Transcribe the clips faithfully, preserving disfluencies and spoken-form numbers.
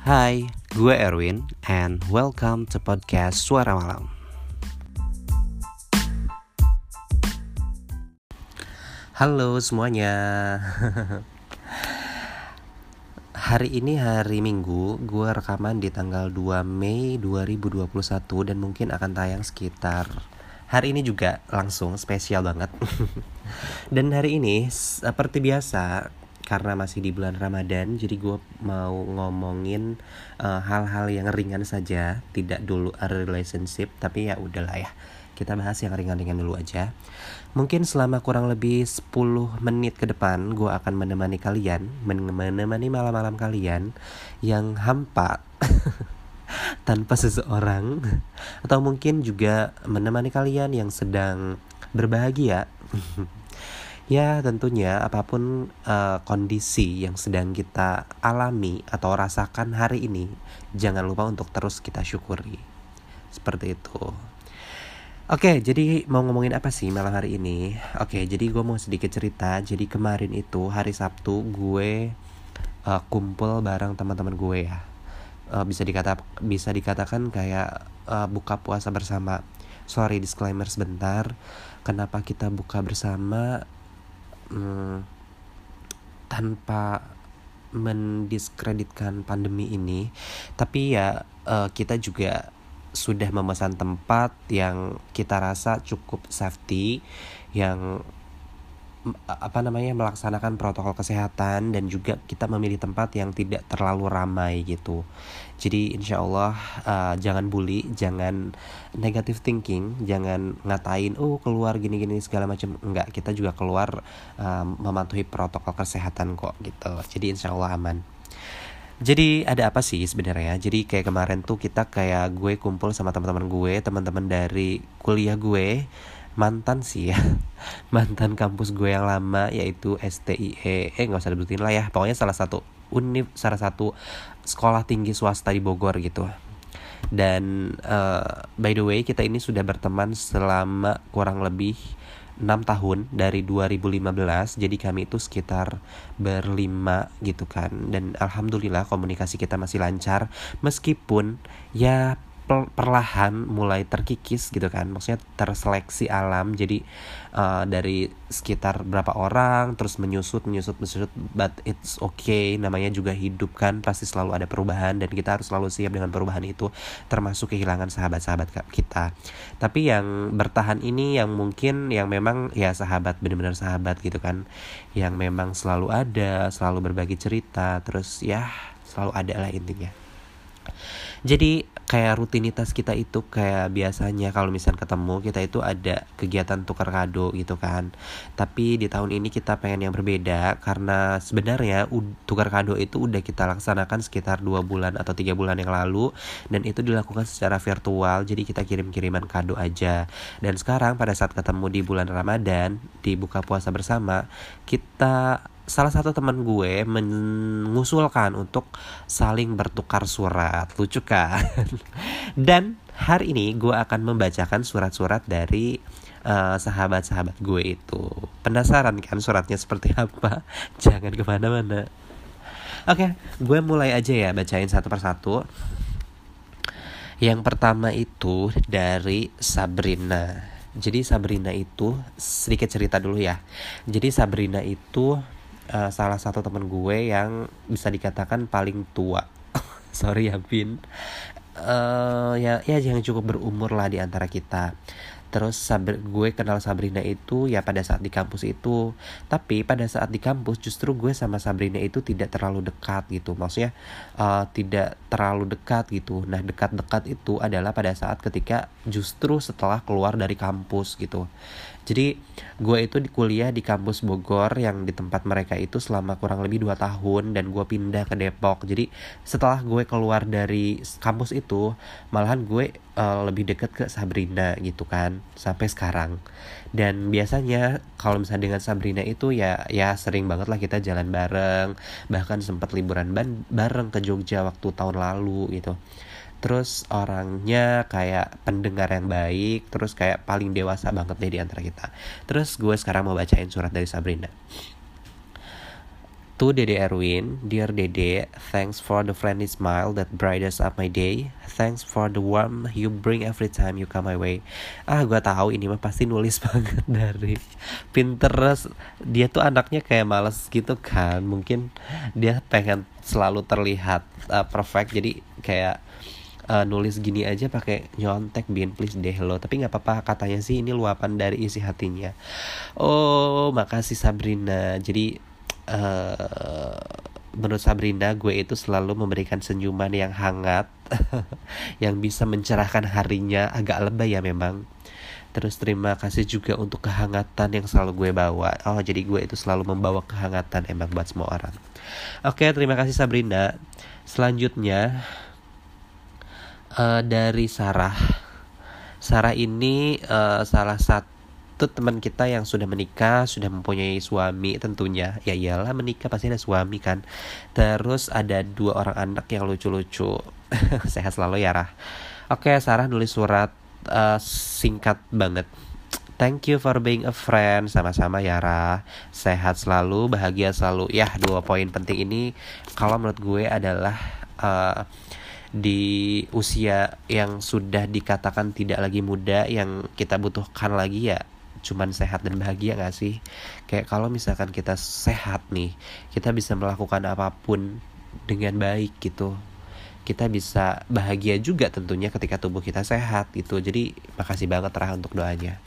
Hai, gue Erwin and welcome to podcast Suara Malam. Halo semuanya. Hari ini hari Minggu, gue rekaman di tanggal dua Mei dua ribu dua puluh satu dan mungkin akan tayang sekitar hari ini juga, langsung spesial banget. Dan hari ini seperti biasa, karena masih di bulan Ramadan, jadi gue mau ngomongin uh, hal-hal yang ringan saja, tidak dulu a relationship, tapi ya udahlah ya, kita bahas yang ringan-ringan dulu aja. Mungkin selama kurang lebih sepuluh menit ke depan, gue akan menemani kalian, menemani malam-malam kalian yang hampa tanpa seseorang, atau mungkin juga menemani kalian yang sedang berbahagia. Ya tentunya apapun uh, kondisi yang sedang kita alami atau rasakan hari ini, jangan lupa untuk terus kita syukuri. Seperti itu. Oke, jadi mau ngomongin apa sih malam hari ini? Oke, jadi gue mau sedikit cerita. Jadi kemarin itu hari Sabtu gue uh, kumpul bareng teman-teman gue ya. Uh, bisa dikata bisa dikatakan kayak uh, buka puasa bersama. Sorry, disclaimer sebentar. Kenapa kita buka bersama? Hmm, tanpa mendiskreditkan pandemi ini, tapi ya uh, kita juga sudah memesan tempat yang kita rasa cukup safety, yang apa namanya melaksanakan protokol kesehatan, dan juga kita memilih tempat yang tidak terlalu ramai gitu. Jadi insya Allah uh, jangan bully, jangan negative thinking, jangan ngatain oh keluar gini-gini segala macam. Enggak, kita juga keluar uh, mematuhi protokol kesehatan kok gitu. Jadi insya Allah aman. Jadi ada apa sih sebenarnya? Jadi kayak kemarin tuh kita kayak gue kumpul sama teman-teman gue, teman-teman dari kuliah gue, mantan sih ya, mantan kampus gue yang lama, yaitu S T I E, eh nggak usah disebutin lah ya, pokoknya salah satu univ, salah satu sekolah tinggi swasta di Bogor gitu. Dan uh, by the way kita ini sudah berteman selama kurang lebih enam tahun dari dua ribu lima belas. Jadi kami itu sekitar berlima gitu kan. Dan alhamdulillah komunikasi kita masih lancar, meskipun ya perlahan mulai terkikis gitu kan, maksudnya terseleksi alam. Jadi uh, dari sekitar berapa orang terus menyusut menyusut menyusut but it's okay, namanya juga hidup kan, pasti selalu ada perubahan dan kita harus selalu siap dengan perubahan itu, termasuk kehilangan sahabat-sahabat kita. Tapi yang bertahan ini yang mungkin yang memang ya sahabat, benar-benar sahabat gitu kan, yang memang selalu ada, selalu berbagi cerita, terus ya selalu ada lah intinya. Jadi kayak rutinitas kita itu kayak biasanya kalau misal ketemu kita itu ada kegiatan tukar kado gitu kan. Tapi di tahun ini kita pengen yang berbeda, karena sebenarnya u- tukar kado itu udah kita laksanakan sekitar dua bulan atau tiga bulan yang lalu, dan itu dilakukan secara virtual. Jadi kita kirim-kiriman kado aja. Dan sekarang pada saat ketemu di bulan Ramadan, di buka puasa bersama, kita salah satu teman gue mengusulkan untuk saling bertukar surat. Lucu kan? Dan hari ini gue akan membacakan surat-surat dari uh, sahabat-sahabat gue itu. Penasaran kan suratnya seperti apa? Jangan kemana-mana. Oke, gue mulai aja ya bacain satu persatu. Yang pertama itu dari Sabrina. Jadi Sabrina itu, sedikit cerita dulu ya. Jadi Sabrina itu Uh, salah satu teman gue yang bisa dikatakan paling tua. Sorry ya Bin. Uh, ya ya yang cukup berumur lah di antara kita. Terus Sabri, gue kenal Sabrina itu ya pada saat di kampus itu. Tapi pada saat di kampus justru gue sama Sabrina itu tidak terlalu dekat gitu. Maksudnya uh, tidak terlalu dekat gitu. Nah dekat-dekat itu adalah pada saat ketika justru setelah keluar dari kampus gitu. Jadi gue itu di kuliah di kampus Bogor yang di tempat mereka itu selama kurang lebih dua tahun, dan gue pindah ke Depok. Jadi setelah gue keluar dari kampus itu, malahan gue uh, lebih deket ke Sabrina gitu kan, sampai sekarang. Dan biasanya kalau misalnya dengan Sabrina itu ya ya sering banget lah kita jalan bareng, bahkan sempat liburan ban- bareng ke Jogja waktu tahun lalu gitu. Terus orangnya kayak pendengar yang baik, terus kayak paling dewasa banget deh di antara kita. Terus gue sekarang mau bacain surat dari Sabrina. To Dede Erwin, Dear Dede, thanks for the friendly smile that brightens up my day. Thanks for the warmth you bring every time you come my way. Ah, gue tahu ini mah pasti nulis banget dari Pinterest. Dia tuh anaknya kayak males gitu kan. Mungkin dia pengen selalu terlihat uh, perfect. Jadi kayak uh, nulis gini aja pakai nyontek, Bin, please deh lo. Tapi nggak apa-apa, katanya sih ini luapan dari isi hatinya. Oh, makasih Sabrina. Jadi Uh, menurut Sabrina, gue itu selalu memberikan senyuman yang hangat yang bisa mencerahkan harinya. Agak lebay ya memang. Terus terima kasih juga untuk kehangatan yang selalu gue bawa. Oh, jadi gue itu selalu membawa kehangatan emang buat semua orang. Oke, terima kasih Sabrina. Selanjutnya uh, dari Sarah. Sarah ini uh, salah satu itu teman kita yang sudah menikah, sudah mempunyai suami tentunya. Ya iyalah, menikah pasti ada suami kan. Terus ada dua orang anak yang lucu-lucu. Sehat selalu ya Rah. Oke, Sarah nulis surat uh, singkat banget. Thank you for being a friend. Sama-sama ya Rah. Sehat selalu, bahagia selalu. Ya, dua poin penting ini kalau menurut gue adalah uh, di usia yang sudah dikatakan tidak lagi muda, yang kita butuhkan lagi ya cuman sehat dan bahagia gak sih? Kayak kalau misalkan kita sehat nih, kita bisa melakukan apapun dengan baik gitu. Kita bisa bahagia juga tentunya ketika tubuh kita sehat gitu. Jadi makasih banget Rah untuk doanya.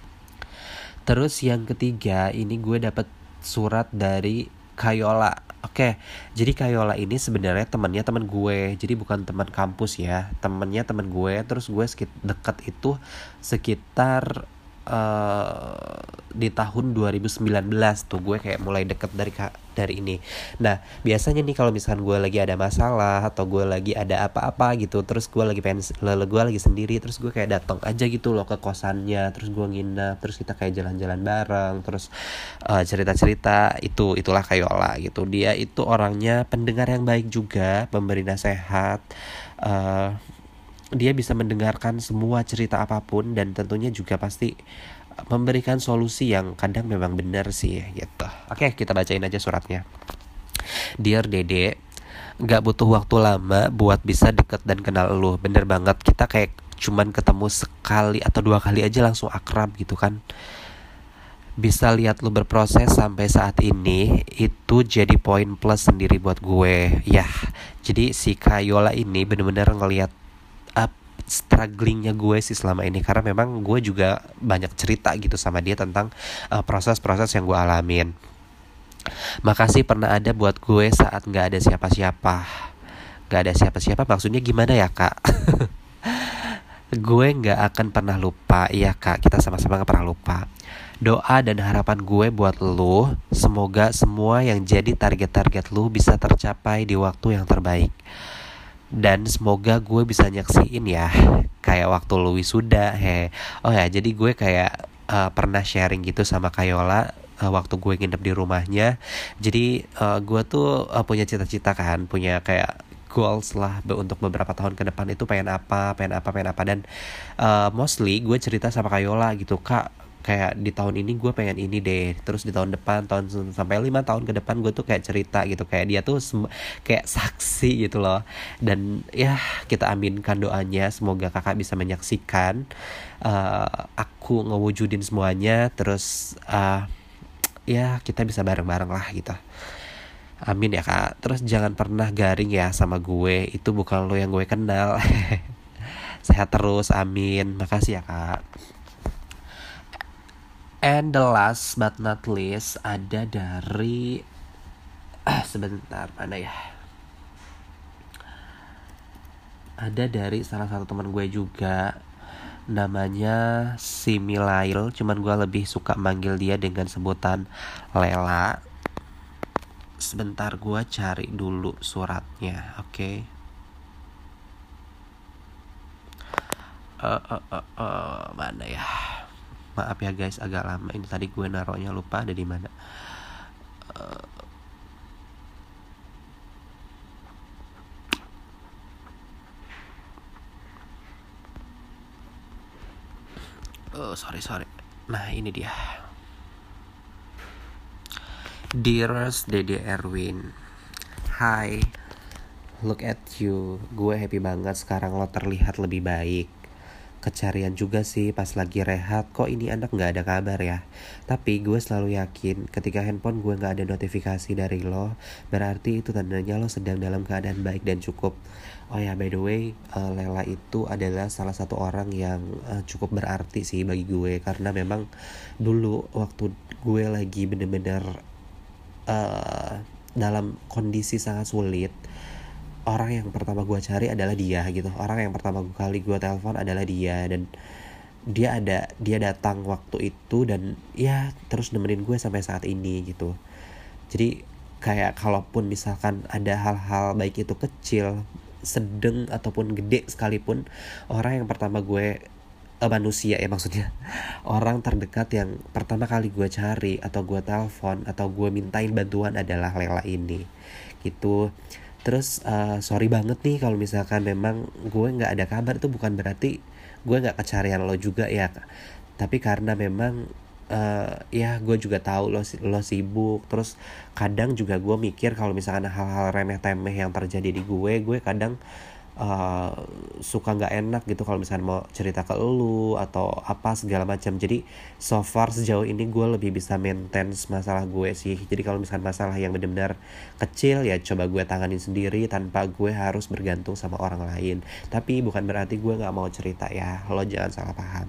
Terus yang ketiga, ini gue dapet surat dari Kayola. Oke, jadi Kayola ini sebenarnya temannya teman gue. Jadi bukan teman kampus ya, temannya teman gue. Terus gue sekit- dekat itu sekitar Uh, di tahun dua ribu sembilan belas tuh gue kayak mulai deket dari dari ini. Nah biasanya nih kalau misalkan gue lagi ada masalah atau gue lagi ada apa-apa gitu, terus gue lagi pengen lele gue lagi sendiri, terus gue kayak datang aja gitu loh ke kosannya, terus gue nginep, terus kita kayak jalan-jalan bareng, terus uh, cerita-cerita. Itu itulah Kayola gitu. Dia itu orangnya pendengar yang baik juga, pemberi nasihat. Uh, Dia bisa mendengarkan semua cerita apapun dan tentunya juga pasti memberikan solusi yang kadang memang benar sih gitu. Oke, kita bacain aja suratnya. Dear Dede, gak butuh waktu lama buat bisa deket dan kenal lu. Bener banget, kita kayak cuman ketemu sekali atau dua kali aja langsung akrab gitu kan. Bisa lihat lu berproses sampai saat ini, itu jadi poin plus sendiri buat gue. Yah, jadi si Kayola ini bener-bener ngelihat up strugglingnya gue sih selama ini, karena memang gue juga banyak cerita gitu sama dia tentang uh, proses-proses yang gue alamin. Makasih pernah ada buat gue saat gak ada siapa-siapa. Gak ada siapa-siapa maksudnya gimana ya kak? Gue gak akan pernah lupa. Iya kak, kita sama-sama gak pernah lupa. Doa dan harapan gue buat lu, semoga semua yang jadi target-target lu bisa tercapai di waktu yang terbaik. Dan semoga gue bisa nyaksiin ya, kayak waktu lu wisuda. He. Oh ya, jadi gue kayak uh, pernah sharing gitu sama Kayola uh, waktu gue nginep di rumahnya. Jadi uh, gue tuh uh, punya cita-cita kan, punya kayak goals lah untuk beberapa tahun ke depan itu pengen apa, pengen apa, pengen apa. Dan uh, mostly gue cerita sama Kayola gitu, kak, kayak di tahun ini gue pengen ini deh, terus di tahun depan, tahun sampai lima tahun ke depan gue tuh kayak cerita gitu, kayak dia tuh sem- kayak saksi gitu loh. Dan ya kita aminkan doanya, semoga kakak bisa menyaksikan uh, aku ngewujudin semuanya, terus uh, ya kita bisa bareng-bareng lah gitu. Amin ya kak. Terus jangan pernah garing ya sama gue, itu bukan lo yang gue kenal. Sehat terus, amin. Makasih ya kak. And the last but not least ada dari ah, sebentar mana ya? Ada dari salah satu teman gue juga, namanya si Milail, cuman gue lebih suka manggil dia dengan sebutan Lela. Sebentar gue cari dulu suratnya, oke? Okay? Uh, uh, uh, uh, mana ya? Maaf ya guys, agak lama ini, tadi gue naruhnya lupa ada di mana. Uh, oh sorry sorry. Nah ini dia. Dearest Dede Erwin, Hai, look at you. Gue happy banget sekarang lo terlihat lebih baik. Kecarian juga sih pas lagi rehat. Kok ini anak gak ada kabar ya? Tapi gue selalu yakin ketika handphone gue gak ada notifikasi dari lo, berarti itu tandanya lo sedang dalam keadaan baik dan cukup. Oh ya, by the way, uh, Lela itu adalah salah satu orang yang uh, cukup berarti sih bagi gue. Karena memang dulu waktu gue lagi bener-bener uh, dalam kondisi sangat sulit, orang yang pertama gue cari adalah dia gitu. Orang yang pertama kali gue telepon adalah dia. Dan dia ada dia datang waktu itu. Dan ya terus nemenin gue sampai saat ini gitu. Jadi kayak kalaupun misalkan ada hal-hal baik itu kecil, sedang ataupun gede sekalipun, orang yang pertama gue eh, manusia ya maksudnya orang terdekat yang pertama kali gue cari atau gue telepon atau gue mintain bantuan adalah Lela ini gitu. Terus uh, sorry banget nih kalau misalkan memang gue nggak ada kabar, itu bukan berarti gue nggak kecarian lo juga ya. Tapi karena memang uh, ya gue juga tahu lo lo sibuk. Terus kadang juga gue mikir kalau misalkan hal-hal remeh-temeh yang terjadi di gue, gue kadang uh, suka nggak enak gitu kalau misalnya mau cerita ke lu atau apa segala macam. Jadi so far sejauh ini gue lebih bisa maintain masalah gue sih. Jadi kalau misalnya masalah yang benar-benar kecil ya coba gue tanganin sendiri tanpa gue harus bergantung sama orang lain. Tapi bukan berarti gue nggak mau cerita ya, lo jangan salah paham.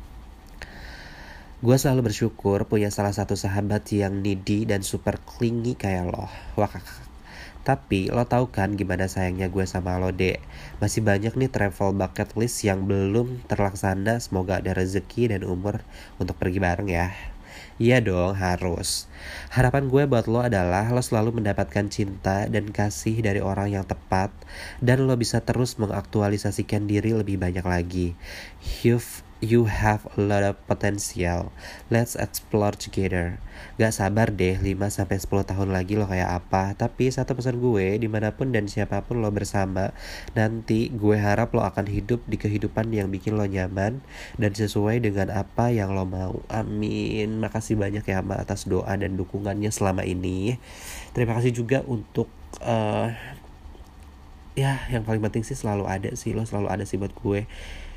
Gue selalu bersyukur punya salah satu sahabat yang needy dan super clingy kayak lo. Wah, tapi lo tahu kan gimana sayangnya gue sama lo, Dek. Masih banyak nih travel bucket list yang belum terlaksana. Semoga ada rezeki dan umur untuk pergi bareng ya. Iya dong, harus. Harapan gue buat lo adalah lo selalu mendapatkan cinta dan kasih dari orang yang tepat, dan lo bisa terus mengaktualisasikan diri lebih banyak lagi. You've You have a lot of potential. Let's explore together. Gak sabar deh lima sampai sepuluh tahun lagi lo kayak apa. Tapi satu pesan gue, dimanapun dan siapapun lo bersama, nanti gue harap lo akan hidup di kehidupan yang bikin lo nyaman dan sesuai dengan apa yang lo mau. Amin. Makasih banyak ya Ma atas doa dan dukungannya selama ini. Terima kasih juga untuk uh, ya yang paling penting sih selalu ada sih. Lo selalu ada sih buat gue.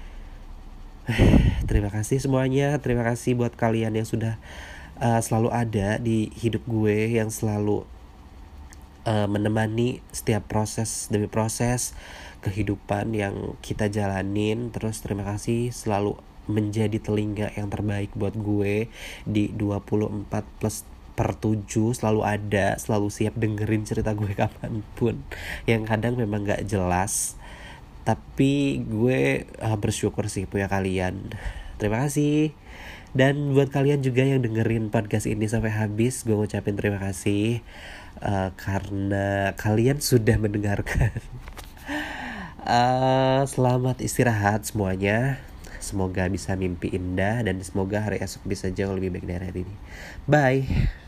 Terima kasih semuanya. Terima kasih buat kalian yang sudah uh, selalu ada di hidup gue, yang selalu uh, menemani setiap proses demi proses kehidupan yang kita jalanin. Terus terima kasih selalu menjadi telinga yang terbaik buat gue di dua puluh empat plus per tujuh. Selalu ada, selalu siap dengerin cerita gue kapanpun, yang kadang memang gak jelas. Tapi gue uh, bersyukur sih punya kalian. Terima kasih. Dan buat kalian juga yang dengerin podcast ini sampai habis, gue ngucapin terima kasih uh, karena kalian sudah mendengarkan. uh, Selamat istirahat semuanya. Semoga bisa mimpi indah dan semoga hari esok bisa jauh lebih baik dari hari ini. Bye.